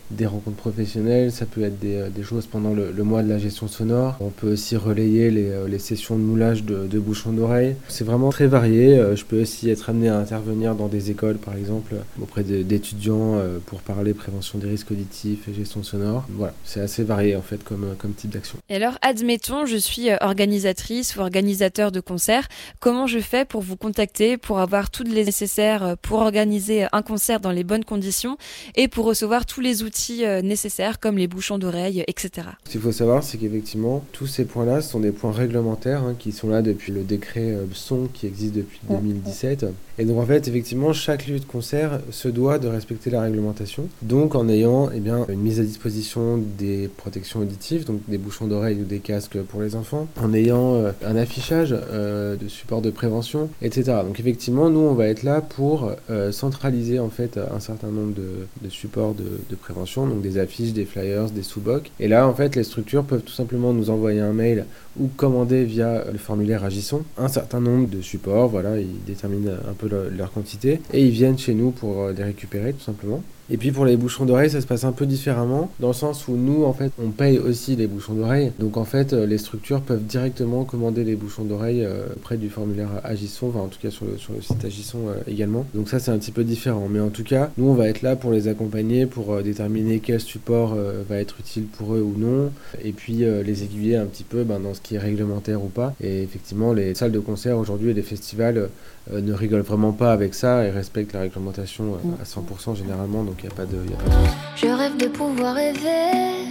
des rencontres professionnelles, ça peut être des choses pendant le mois de la gestion sonore. On peut aussi relayer les sessions de moulage de bouchons d'oreille. C'est vraiment très varié. Je peux aussi être amené à intervenir dans des écoles, par exemple, auprès d'étudiants pour parler prévention des risques auditifs et gestion sonore. Voilà, c'est assez varié en fait comme type d'action. Et alors, admettons, je suis organisatrice ou organisateur de concert. Comment je fais pour vous contacter, pour avoir toutes les nécessaires pour organiser un concert dans les bonnes conditions et pour recevoir tous les outils nécessaires comme les bouchons d'oreille, etc. Ce qu'il faut savoir, c'est qu'effectivement, tous ces points-là sont des points réglementaires qui sont là depuis le décret son qui existe depuis 2017. Et donc en fait, effectivement, chaque lieu de concert se doit de respecter la réglementation. Donc en ayant une mise à disposition des protections auditives, donc des bouchons d'oreille ou des casques pour les enfants, en ayant un affichage de support de prévention, etc. Donc effectivement, nous, on va être là pour centraliser en fait un certain nombre de supports de prévention, donc des affiches, des flyers, des sous-bocs. Et là, en fait, les structures peuvent tout simplement nous envoyer un mail ou commander via le formulaire Agisson un certain nombre de supports. Voilà, ils déterminent un peu leur quantité et ils viennent chez nous pour les récupérer tout simplement. Et puis pour les bouchons d'oreille, ça se passe un peu différemment, dans le sens où nous, en fait, on paye aussi les bouchons d'oreille. Donc en fait, les structures peuvent directement commander les bouchons d'oreille auprès du formulaire Agisson, enfin en tout cas sur le site Agisson également. Donc ça, c'est un petit peu différent. Mais en tout cas, nous, on va être là pour les accompagner, pour déterminer quel support va être utile pour eux ou non, et puis les aiguiller un petit peu dans ce qui est réglementaire ou pas. Et effectivement, les salles de concert aujourd'hui et les festivals ne rigolent vraiment pas avec ça et respectent la réglementation à 100% généralement, donc il n'y a pas de Je rêve de pouvoir rêver,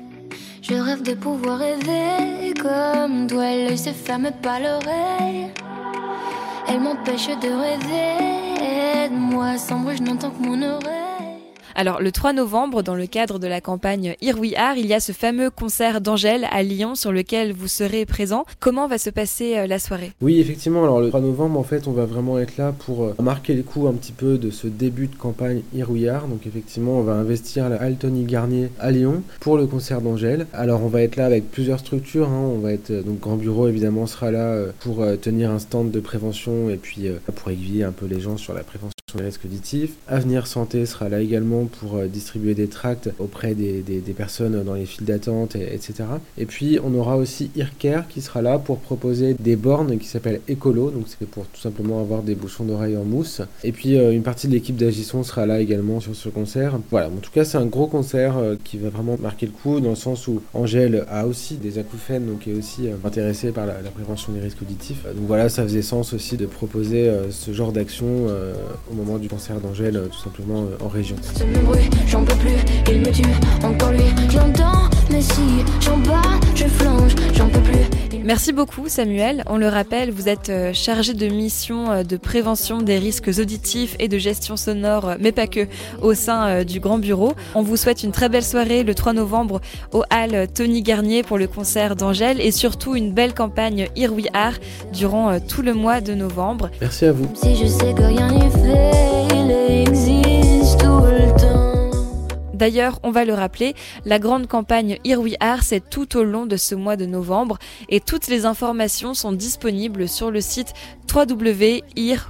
je rêve de pouvoir rêver comme toi, l'œil se ferme pas l'oreille, elle m'empêche de rêver, aide-moi, sans bruit je n'entends que mon oreille. Alors, le 3 novembre, dans le cadre de la campagne Here We Are, il y a ce fameux concert d'Angèle à Lyon sur lequel vous serez présent. Comment va se passer la soirée ? Oui, effectivement. Alors, le 3 novembre, en fait, on va vraiment être là pour marquer le coup un petit peu de ce début de campagne Here We Are. Donc, effectivement, on va investir la halle Tony Garnier à Lyon pour le concert d'Angèle. Alors, on va être là avec plusieurs structures. On va être, donc, Grand Bureau, évidemment, sera là pour tenir un stand de prévention et puis pour aiguiller un peu les gens sur la prévention des risques auditifs. Avenir Santé sera là également pour distribuer des tracts auprès des personnes dans les files d'attente, etc. Et puis on aura aussi Earcare qui sera là pour proposer des bornes qui s'appellent Écolo, donc c'est pour tout simplement avoir des bouchons d'oreille en mousse. Et puis une partie de l'équipe d'Agisson sera là également sur ce concert. Voilà, en tout cas c'est un gros concert qui va vraiment marquer le coup, dans le sens où Angèle a aussi des acouphènes, donc est aussi intéressée par la prévention des risques auditifs. Donc voilà, ça faisait sens aussi de proposer ce genre d'action au moment du concert d'Angèle, tout simplement en région. Ce même bruit, j'en peux plus, il me tue, encore lui, je l'entends, mais si j'en bats, je flanche, j'en peux plus. Merci beaucoup Samuel. On le rappelle, vous êtes chargé de mission de prévention des risques auditifs et de gestion sonore, mais pas que, au sein du Grand Bureau. On vous souhaite une très belle soirée le 3 novembre au Halles Tony Garnier pour le concert d'Angèle et surtout une belle campagne Here We Are durant tout le mois de novembre. Merci à vous. Si je sais que rien n'y fait, il existe tout le temps. D'ailleurs, on va le rappeler, la grande campagne Here We Are, c'est tout au long de ce mois de novembre et toutes les informations sont disponibles sur le site www.hereweare.org.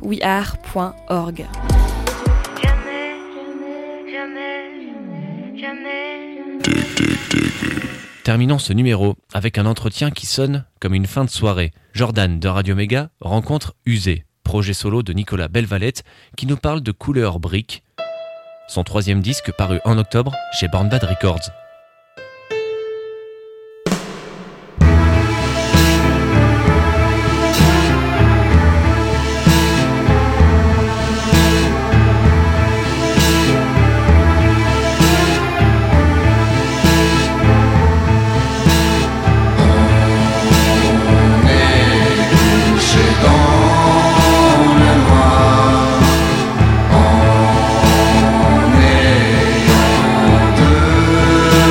Terminons ce numéro avec un entretien qui sonne comme une fin de soirée. Jordan de Radio Méga rencontre Usé, projet solo de Nicolas Belvalette qui nous parle de Couleur Brique, son 3e disque paru en octobre chez Born Bad Records. On est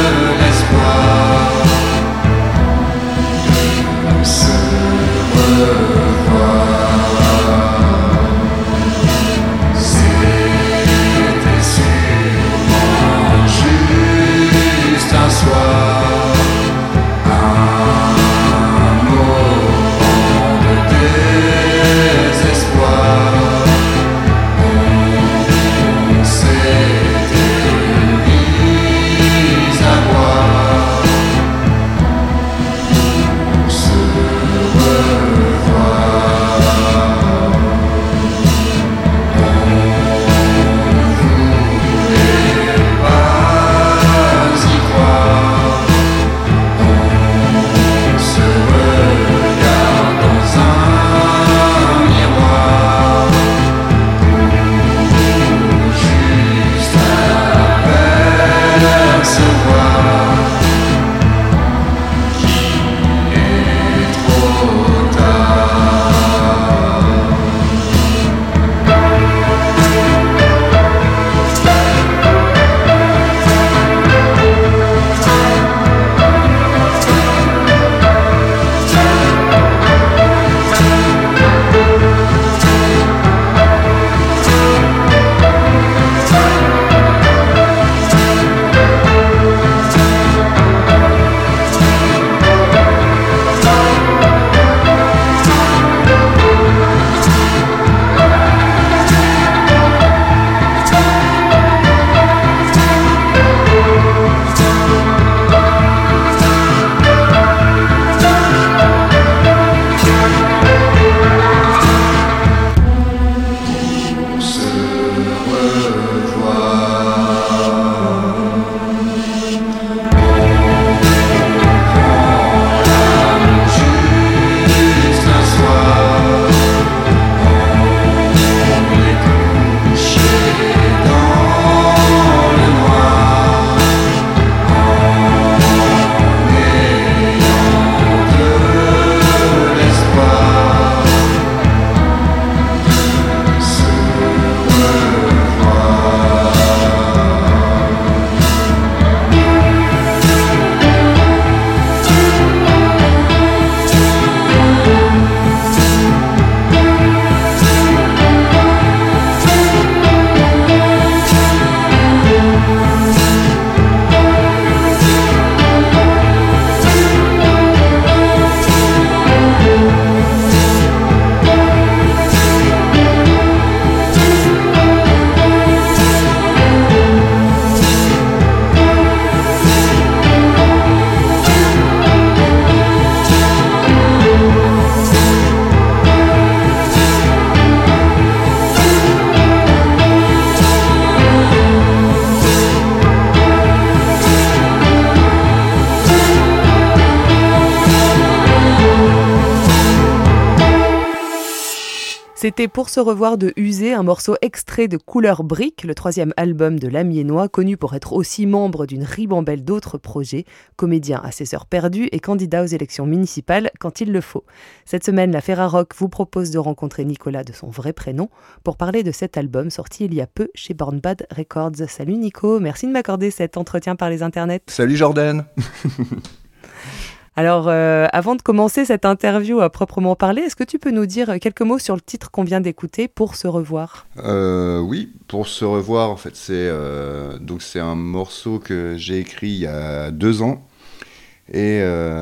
C'était Pour se revoir de Usé, un morceau extrait de Couleur Brique, le 3e album de l'Amiénois, connu pour être aussi membre d'une ribambelle d'autres projets, comédien à ses heures perdues et candidat aux élections municipales quand il le faut. Cette semaine, la Ferrarock vous propose de rencontrer Nicolas de son vrai prénom pour parler de cet album sorti il y a peu chez Born Bad Records. Salut Nico, merci de m'accorder cet entretien par les internets. Salut Jordan. Alors, avant de commencer cette interview à proprement parler, est-ce que tu peux nous dire quelques mots sur le titre qu'on vient d'écouter, Pour se revoir ? Oui, Pour se revoir, en fait, c'est un morceau que j'ai écrit il y a 2 ans. Et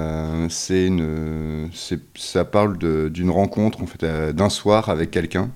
ça parle d'une rencontre, en fait, d'un soir avec quelqu'un.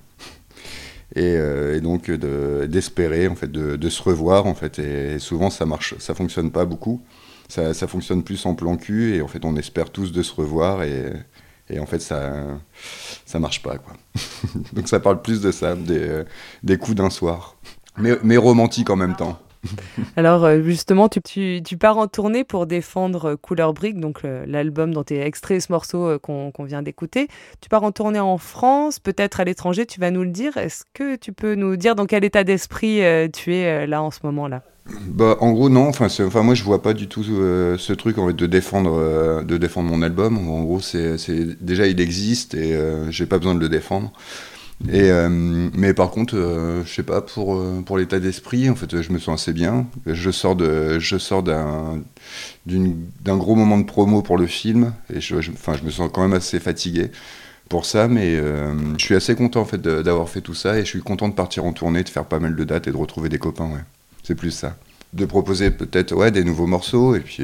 Et donc d'espérer, en fait, de se revoir, en fait. Et souvent, ça fonctionne pas beaucoup. Ça fonctionne plus en plan cul, et en fait on espère tous de se revoir, et en fait ça marche pas, quoi. Donc ça parle plus de ça, des coups d'un soir, mais romantique en même temps. Alors justement, tu pars en tournée pour défendre Couleur Brique, donc l'album dont est extrait ce morceau qu'on vient d'écouter. Tu pars en tournée en France, peut-être à l'étranger, tu vas nous le dire. Est-ce que tu peux nous dire dans quel état d'esprit tu es là en ce moment-là ? Bah, en gros, non. Moi, je vois pas du tout ce truc, en fait, de défendre mon album. En gros, déjà il existe, et j'ai pas besoin de le défendre. Mais par contre, je sais pas, pour l'état d'esprit, en fait, je me sens assez bien. Je sors d'un gros moment de promo pour le film, et je me sens quand même assez fatigué pour ça, mais je suis assez content, en fait, d'avoir fait tout ça, et je suis content de partir en tournée, de faire pas mal de dates et de retrouver des copains, ouais. C'est plus ça. De proposer peut-être des nouveaux morceaux, et puis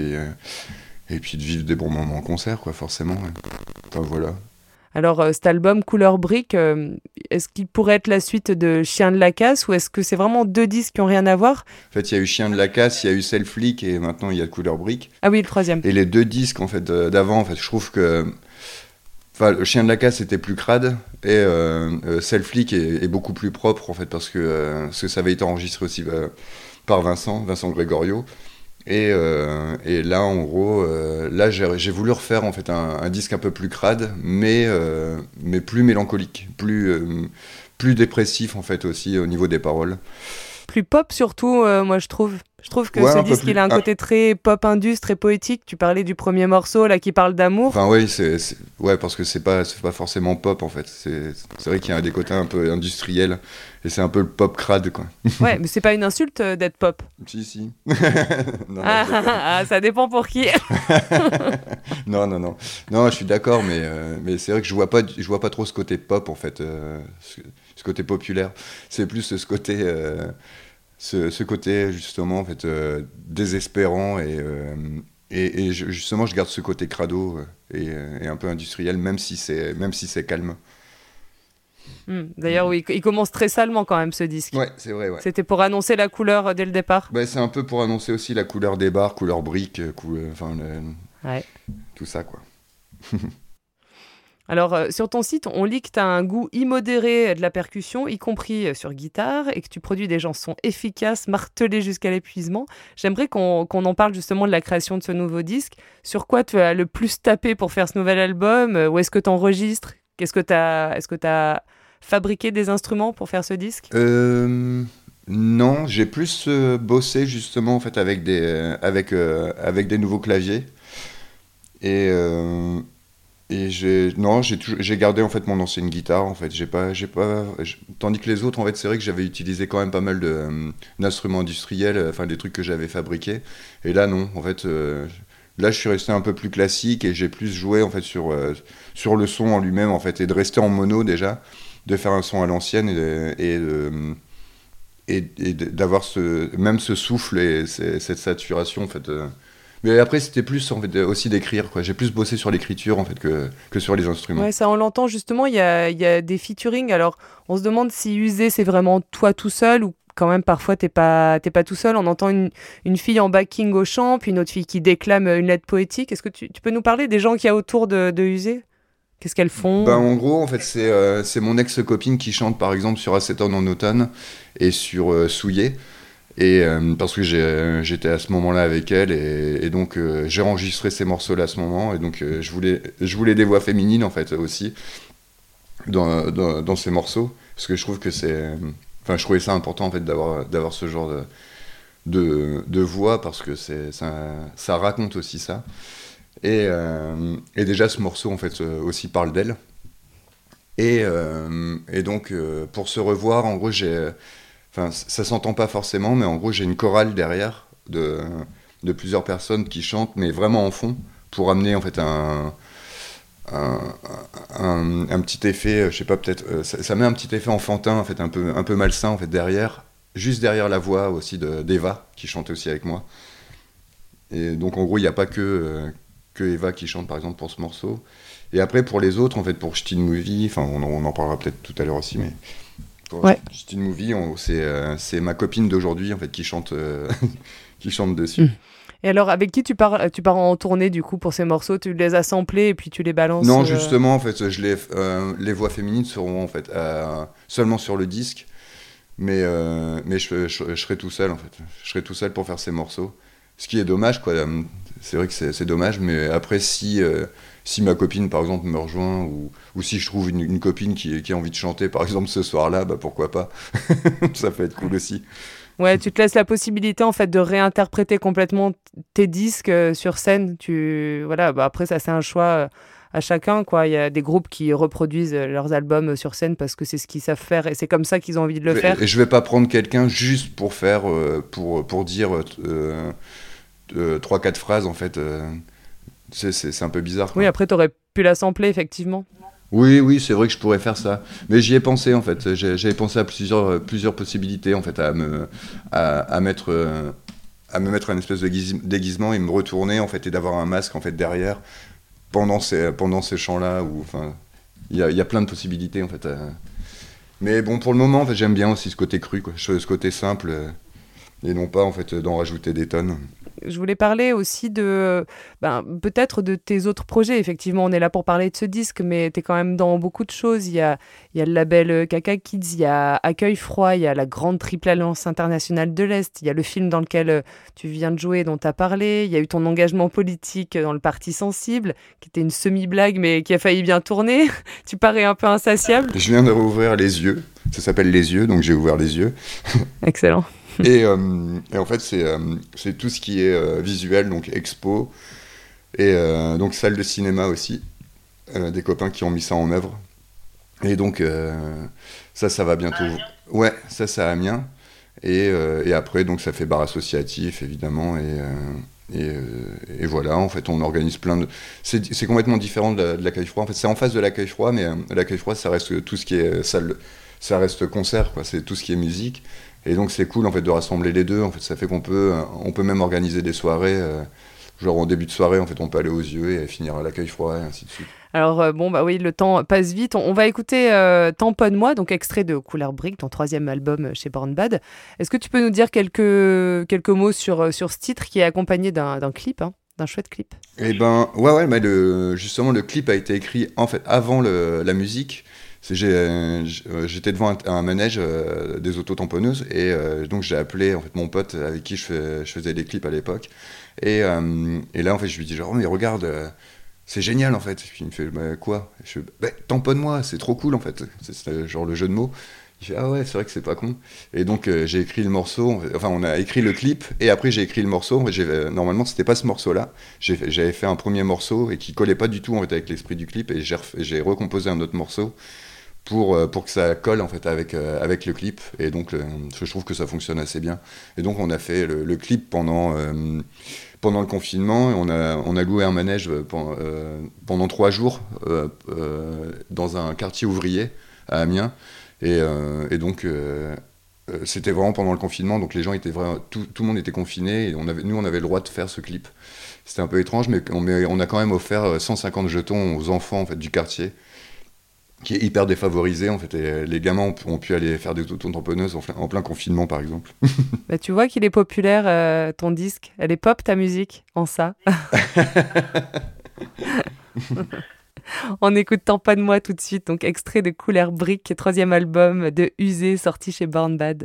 de vivre des bons moments en concert, quoi, forcément. Ouais. Enfin, voilà. Alors, cet album Couleur Brique, est-ce qu'il pourrait être la suite de Chien de la Casse, ou est-ce que c'est vraiment 2 disques qui n'ont rien à voir ? En fait, il y a eu Chien de la Casse, il y a eu Self-Leak, et maintenant il y a Couleur Brique. Ah oui, le 3e. Et les 2 disques, en fait, d'avant, en fait, je trouve que... Enfin, le Chien de la Casse était plus crade, et Self-Leak est beaucoup plus propre, en fait, parce que ça avait été enregistré aussi par Vincent Gregorio. Et là, en gros, j'ai voulu refaire, en fait, un disque un peu plus crade, mais plus mélancolique, plus dépressif, en fait, aussi au niveau des paroles. Plus pop surtout, moi je trouve. Je trouve que ce disque, il a un côté très pop indus, très poétique. Tu parlais du premier morceau là qui parle d'amour. Enfin oui, ouais, parce que c'est pas forcément pop, en fait. C'est vrai qu'il y a des côtés un peu industriels, et c'est un peu le pop crade, quoi. Ouais, mais c'est pas une insulte d'être pop. Si. Non, ça dépend pour qui. Non, je suis d'accord, mais c'est vrai que je vois pas trop ce côté pop, en fait, ce côté populaire. C'est plus ce côté ce côté, justement, en fait, désespérant, et justement je garde ce côté crado, et un peu industriel, même si c'est calme. D'ailleurs, oui, il commence très salement quand même, ce disque. Ouais, c'est vrai, ouais. C'était pour annoncer la couleur dès le départ. Bah, c'est un peu pour annoncer aussi la couleur des bars, couleur brique, ouais. Tout ça, quoi. Alors, sur ton site, on lit que tu as un goût immodéré de la percussion, y compris sur guitare, et que tu produis des chansons efficaces, martelées jusqu'à l'épuisement. J'aimerais qu'on en parle justement de la création de ce nouveau disque. Sur quoi tu as le plus tapé pour faire ce nouvel album ? Où est-ce que tu enregistres ? Est-ce que tu as fabriqué des instruments pour faire ce disque ? Non, j'ai plus bossé justement, en fait, avec des nouveaux claviers. Et j'ai gardé, en fait, mon ancienne guitare, en fait. Tandis que les autres, en fait, c'est vrai que j'avais utilisé quand même pas mal d'instruments industriels, enfin des trucs que j'avais fabriqués. Et là, non, en fait, là, je suis resté un peu plus classique, et j'ai plus joué, en fait, sur le son en lui-même, en fait, et de rester en mono déjà, de faire un son à l'ancienne, et d'avoir même ce souffle et cette saturation, en fait. Mais après, c'était plus, en fait, aussi d'écrire, quoi. J'ai plus bossé sur l'écriture, en fait, que sur les instruments. Ouais, ça, on l'entend justement, il y a des featuring. Alors, on se demande si Usé, c'est vraiment toi tout seul, ou quand même, parfois, t'es pas tout seul. On entend une fille en backing au chant, puis une autre fille qui déclame une lettre poétique. Est-ce que tu peux nous parler des gens qu'il y a autour de Usé ? Qu'est-ce qu'elles font ? En gros, en fait, c'est mon ex-copine qui chante, par exemple, sur Acétone en automne et sur Souillé. Et parce que j'étais à ce moment-là avec elle, et donc j'ai enregistré ces morceaux-là à ce moment, et donc je voulais des voix féminines, en fait, aussi. dans ces morceaux, parce que je trouve que je trouvais ça important en fait d'avoir ce genre de voix, parce que ça raconte aussi ça. Et déjà ce morceau en fait aussi parle d'elle. Et donc pour se revoir, en gros ça s'entend pas forcément, mais en gros j'ai une chorale derrière de plusieurs personnes qui chantent, mais vraiment en fond, pour amener en fait un petit effet, je sais pas, peut-être ça met un petit effet enfantin en fait, un peu malsain en fait derrière, juste derrière la voix aussi d'Eva qui chantait aussi avec moi. Et donc en gros il n'y a pas que Eva qui chante par exemple pour ce morceau. Et après pour les autres en fait, pour Still Movie, enfin on en parlera peut-être tout à l'heure aussi, mais pour Still Movie c'est ma copine d'aujourd'hui en fait qui chante qui chante dessus. Et alors, avec qui tu pars en tournée du coup pour ces morceaux? Tu les as samplés et puis tu les balances? Non, justement, en fait, les voix féminines seront en fait seulement sur le disque, mais je serai tout seul en fait. Je serai tout seul pour faire ces morceaux. Ce qui est dommage, quoi. C'est vrai que c'est dommage, mais après, si ma copine, par exemple, me rejoint, ou si je trouve une copine qui a envie de chanter, par exemple, ce soir-là, bah pourquoi pas. Ça peut être cool aussi. Ouais, tu te laisses la possibilité en fait de réinterpréter complètement tes disques sur scène. Après ça c'est un choix à chacun, quoi. Il y a des groupes qui reproduisent leurs albums sur scène parce que c'est ce qu'ils savent faire et c'est comme ça qu'ils ont envie de le faire. Et je vais pas prendre quelqu'un juste pour faire pour dire 3-4 phrases en fait. C'est un peu bizarre, quoi. Oui, après t'aurais pu la sampler effectivement. Oui, c'est vrai que je pourrais faire ça. Mais j'y ai pensé, en fait. J'avais pensé à plusieurs possibilités, en fait, à me mettre un espèce de déguisement et me retourner, en fait, et d'avoir un masque, en fait, derrière, pendant ces chants-là. Il y a plein de possibilités, en fait. Mais bon, pour le moment, en fait, j'aime bien aussi ce côté cru, quoi. Ce côté simple, et non pas, en fait, d'en rajouter des tonnes. Je voulais parler aussi peut-être de tes autres projets. Effectivement, on est là pour parler de ce disque, mais tu es quand même dans beaucoup de choses. Il y a le label Kaka Kids, il y a Accueil Froid, il y a la grande Triple Alliance Internationale de l'Est, il y a le film dans lequel tu viens de jouer, dont tu as parlé, il y a eu ton engagement politique dans le Parti Sensible, qui était une semi-blague, mais qui a failli bien tourner. Tu parais un peu insatiable. Je viens de rouvrir les yeux. Ça s'appelle Les Yeux, donc j'ai ouvert les yeux. Excellent. Et en fait, c'est tout ce qui est visuel, donc expo, et donc salle de cinéma aussi, des copains qui ont mis ça en œuvre. Et donc, ça va bientôt. Ouais, ça c'est à Amiens. Et après, donc ça fait bar associatif, évidemment, et voilà, en fait, on organise plein de... C'est complètement différent de l'Accueil Froid. En fait, c'est en face de l'Accueil Froid, mais l'Accueil Froid, ça reste tout ce qui est salle, ça reste concert, quoi. C'est tout ce qui est musique. Et donc c'est cool en fait de rassembler les deux. En fait, ça fait qu'on peut même organiser des soirées. Genre en début de soirée, en fait, on peut aller aux yeux et finir à l'Accueil Froid et ainsi de suite. Alors oui, le temps passe vite. On va écouter Tamponne-moi, donc extrait de Couleur Brique, ton 3e album chez Born Bad. Est-ce que tu peux nous dire quelques mots sur ce titre qui est accompagné d'un clip, d'un chouette clip? Eh ben ouais, mais justement le clip a été écrit en fait avant la musique. J'étais devant un manège des autotamponneuses et donc j'ai appelé en fait mon pote avec qui je faisais des clips à l'époque et là en fait je lui dis genre mais regarde c'est génial en fait. Et puis il me fait bah, quoi? Je tamponne-moi, c'est trop cool en fait. C'est genre le jeu de mots. Il fait ah ouais c'est vrai que c'est pas con. Et donc j'ai écrit le morceau, enfin on a écrit le clip et après j'ai écrit le morceau. En fait, normalement c'était pas ce morceau là. J'avais fait un premier morceau et qui collait pas du tout en fait avec l'esprit du clip et j'ai recomposé un autre morceau pour que ça colle en fait avec le clip et donc je trouve que ça fonctionne assez bien et donc on a fait le clip pendant le confinement et on a loué un manège pendant 3 jours dans un quartier ouvrier à Amiens et donc c'était vraiment pendant le confinement donc les gens étaient vraiment tout le monde était confiné et nous on avait le droit de faire ce clip. C'était un peu étrange mais on a quand même offert 150 jetons aux enfants en fait du quartier qui est hyper défavorisé en fait et les gamins ont pu aller faire des autotamponneuses en plein confinement par exemple. Bah, tu vois qu'il est populaire ton disque, elle est pop ta musique en ça. On écoute Tamponne-moi tout de suite, donc extrait de Couleur Brique, 3e album de Usé sorti chez Born Bad.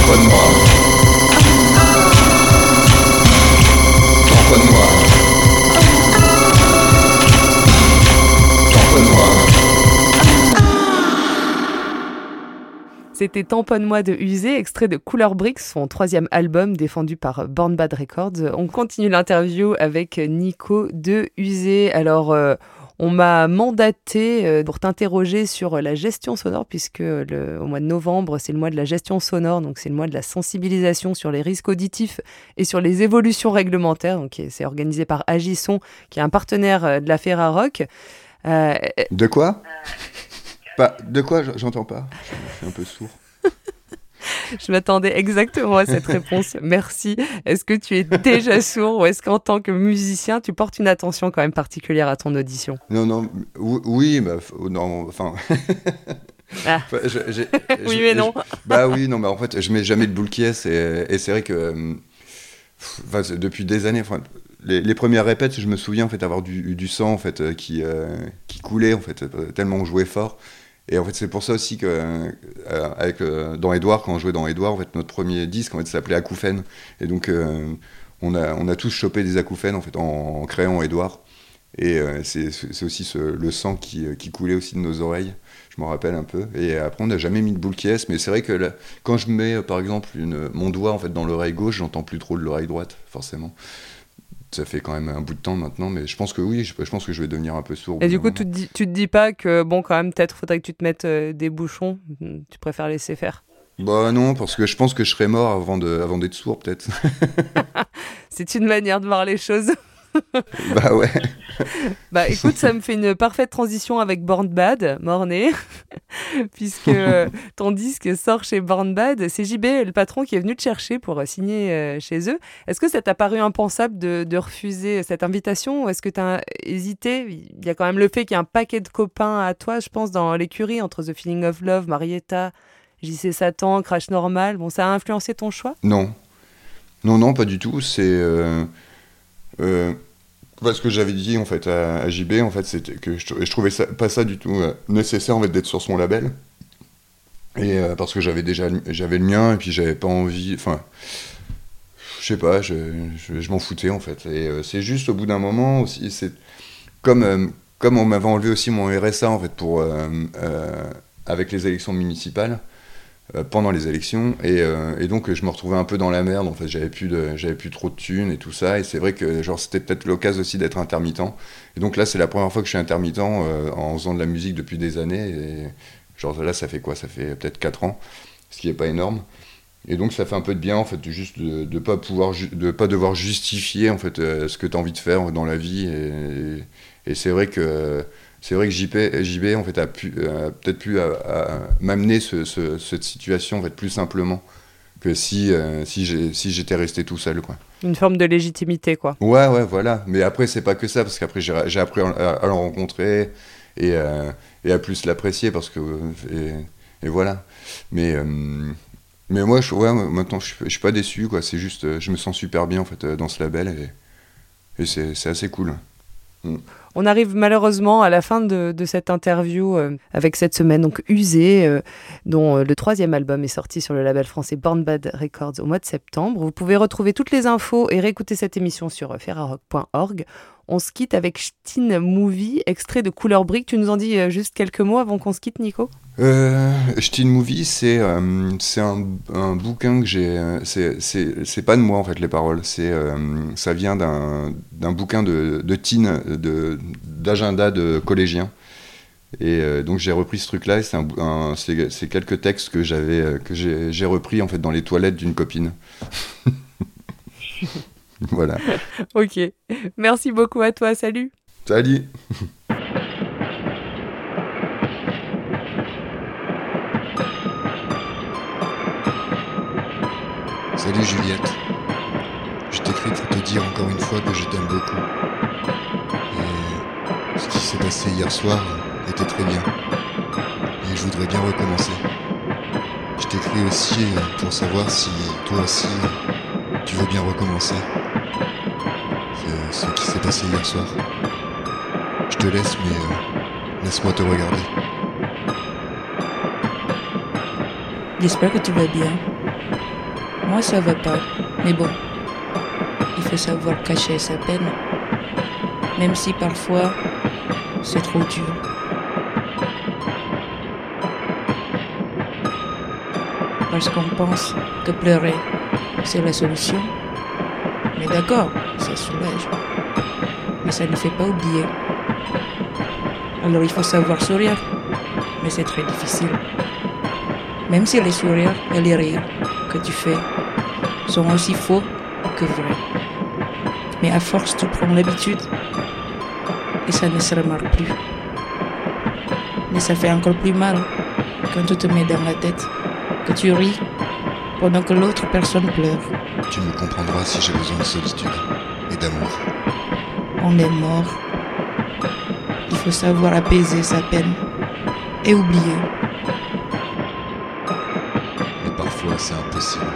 Tamponne-moi. Tamponne-moi. Tamponne-moi. C'était Tamponne-moi de Usé, extrait de Cooler Bricks, son 3e album défendu par Born Bad Records. On continue l'interview avec Nico de Usé. Alors, on m'a mandaté pour t'interroger sur la gestion sonore, puisque au mois de novembre, c'est le mois de la gestion sonore, donc c'est le mois de la sensibilisation sur les risques auditifs et sur les évolutions réglementaires. Donc, c'est organisé par Agisson, qui est un partenaire de la Ferrarock. De quoi ? De quoi ? J'entends pas. Je suis un peu sourd. Je m'attendais exactement à cette réponse. Merci. Est-ce que tu es déjà sourd ou est-ce qu'en tant que musicien, tu portes une attention quand même particulière à ton audition ? Non, oui, bah, non, enfin... Ah. Oui, mais non. Bah oui, non, mais en fait, je mets jamais de boule qui est, et c'est vrai que depuis des années, les premières répètes, je me souviens en fait avoir du sang en fait qui coulait en fait tellement on jouait fort. Et en fait, c'est pour ça aussi que dans Edouard, quand on jouait dans Edouard, en fait, notre premier disque en fait s'appelait Acouphènes. Et donc on a tous chopé des acouphènes en fait en créant Edouard. Et c'est aussi le sang qui coulait aussi de nos oreilles. Je m'en rappelle un peu. Et après, on n'a jamais mis de boule qui est. Mais c'est vrai que là, quand je mets, par exemple, mon doigt en fait, dans l'oreille gauche, j'entends plus trop de l'oreille droite, forcément. Ça fait quand même un bout de temps maintenant, mais je pense que oui, je pense que je vais devenir un peu sourd. Et du coup, tu te dis pas que, bon, quand même, peut-être faudrait que tu te mettes des bouchons. Tu préfères laisser faire ? Bah non, parce que je pense que je serais mort avant d'être sourd, peut-être. C'est une manière de voir les choses. Bah ouais. Bah écoute, ça me fait une parfaite transition avec Born Bad, Mornay, puisque ton disque sort chez Born Bad. C'est JB, le patron, qui est venu te chercher pour signer chez eux. Est-ce que ça t'a paru impensable de refuser cette invitation ou est-ce que t'as hésité ? Il y a quand même le fait qu'il y a un paquet de copains à toi, je pense, dans l'écurie, entre The Feeling of Love, Marietta, JC Satan, Crash Normal. Bon, ça a influencé ton choix ? Non, pas du tout. C'est... ce que j'avais dit en fait à JB en fait c'était que je trouvais pas ça du tout nécessaire en fait d'être sur son label et parce que j'avais le mien et puis j'avais pas envie, enfin je sais pas, je m'en foutais en fait et c'est juste au bout d'un moment aussi, c'est comme on m'avait enlevé aussi mon RSA en fait pour avec les élections municipales pendant les élections et donc je me retrouvais un peu dans la merde en fait, j'avais plus trop de thunes et tout ça, et c'est vrai que genre c'était peut-être l'occasion aussi d'être intermittent, et donc là c'est la première fois que je suis intermittent en faisant de la musique depuis des années, et genre là ça fait peut-être 4 ans, ce qui est pas énorme, et donc ça fait un peu de bien en fait juste de pas devoir justifier en fait ce que tu as envie de faire dans la vie, et c'est vrai que JB en fait a peut-être pu m'amener cette situation en fait plus simplement que si j'étais resté tout seul, quoi. Une forme de légitimité, quoi. Ouais, voilà. Mais après c'est pas que ça, parce qu'après j'ai appris à le rencontrer et à plus l'apprécier, parce que et voilà. Mais moi maintenant je suis pas déçu, quoi. C'est juste je me sens super bien en fait dans ce label, et c'est assez cool. On arrive malheureusement à la fin de cette interview avec cette semaine, donc Usé, dont le 3e album est sorti sur le label français Born Bad Records au mois de septembre. Vous pouvez retrouver toutes les infos et réécouter cette émission sur ferrarock.org. On se quitte avec Shtin Movie, extrait de Cooler Bricks. Tu nous en dis juste quelques mots avant qu'on se quitte, Nico ? Shtin Movie, c'est un bouquin que j'ai. C'est pas de moi en fait les paroles. Ça vient d'un bouquin de teen, d'agenda de collégiens. Et donc j'ai repris ce truc-là. Et c'est quelques textes que j'ai repris en fait dans les toilettes d'une copine. Voilà. Ok. Merci beaucoup à toi. Salut. Salut. Salut Juliette. Je t'écris pour te dire encore une fois que je t'aime beaucoup. Et ce qui s'est passé hier soir était très bien. Et je voudrais bien recommencer. Je t'écris aussi pour savoir si toi aussi tu veux bien recommencer. Ce qui s'est passé hier soir. Je te laisse, mais laisse-moi te regarder. J'espère que tu vas bien. Moi, ça va pas. Mais bon, il faut savoir cacher sa peine. Même si parfois, c'est trop dur. Parce qu'on pense que pleurer, c'est la solution. Mais d'accord, ça soulage. Mais ça ne fait pas oublier. Alors il faut savoir sourire. Mais c'est très difficile. Même si les sourires et les rires que tu fais sont aussi faux que vrais. Mais à force, tu prends l'habitude et ça ne se remarque plus. Mais ça fait encore plus mal quand tu te mets dans la tête que tu ris pendant que l'autre personne pleure. Tu me comprendras si j'ai besoin de solitude et d'amour. On est mort. Il faut savoir apaiser sa peine et oublier. Mais parfois c'est impossible.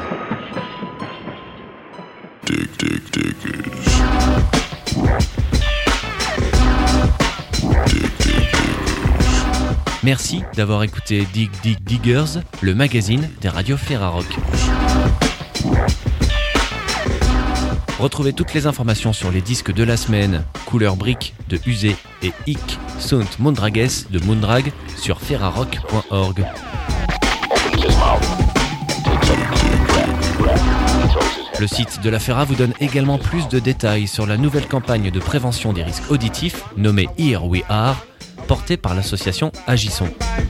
Merci d'avoir écouté Dig Dig Diggers, le magazine des radios Ferrarock. Retrouvez toutes les informations sur les disques de la semaine, Couleur Brick de Usé et Hic Sunt Mondrages de Moondrag sur ferrarock.org. Le site de la Ferra vous donne également plus de détails sur la nouvelle campagne de prévention des risques auditifs nommée Here We Are, portée par l'association Agissons.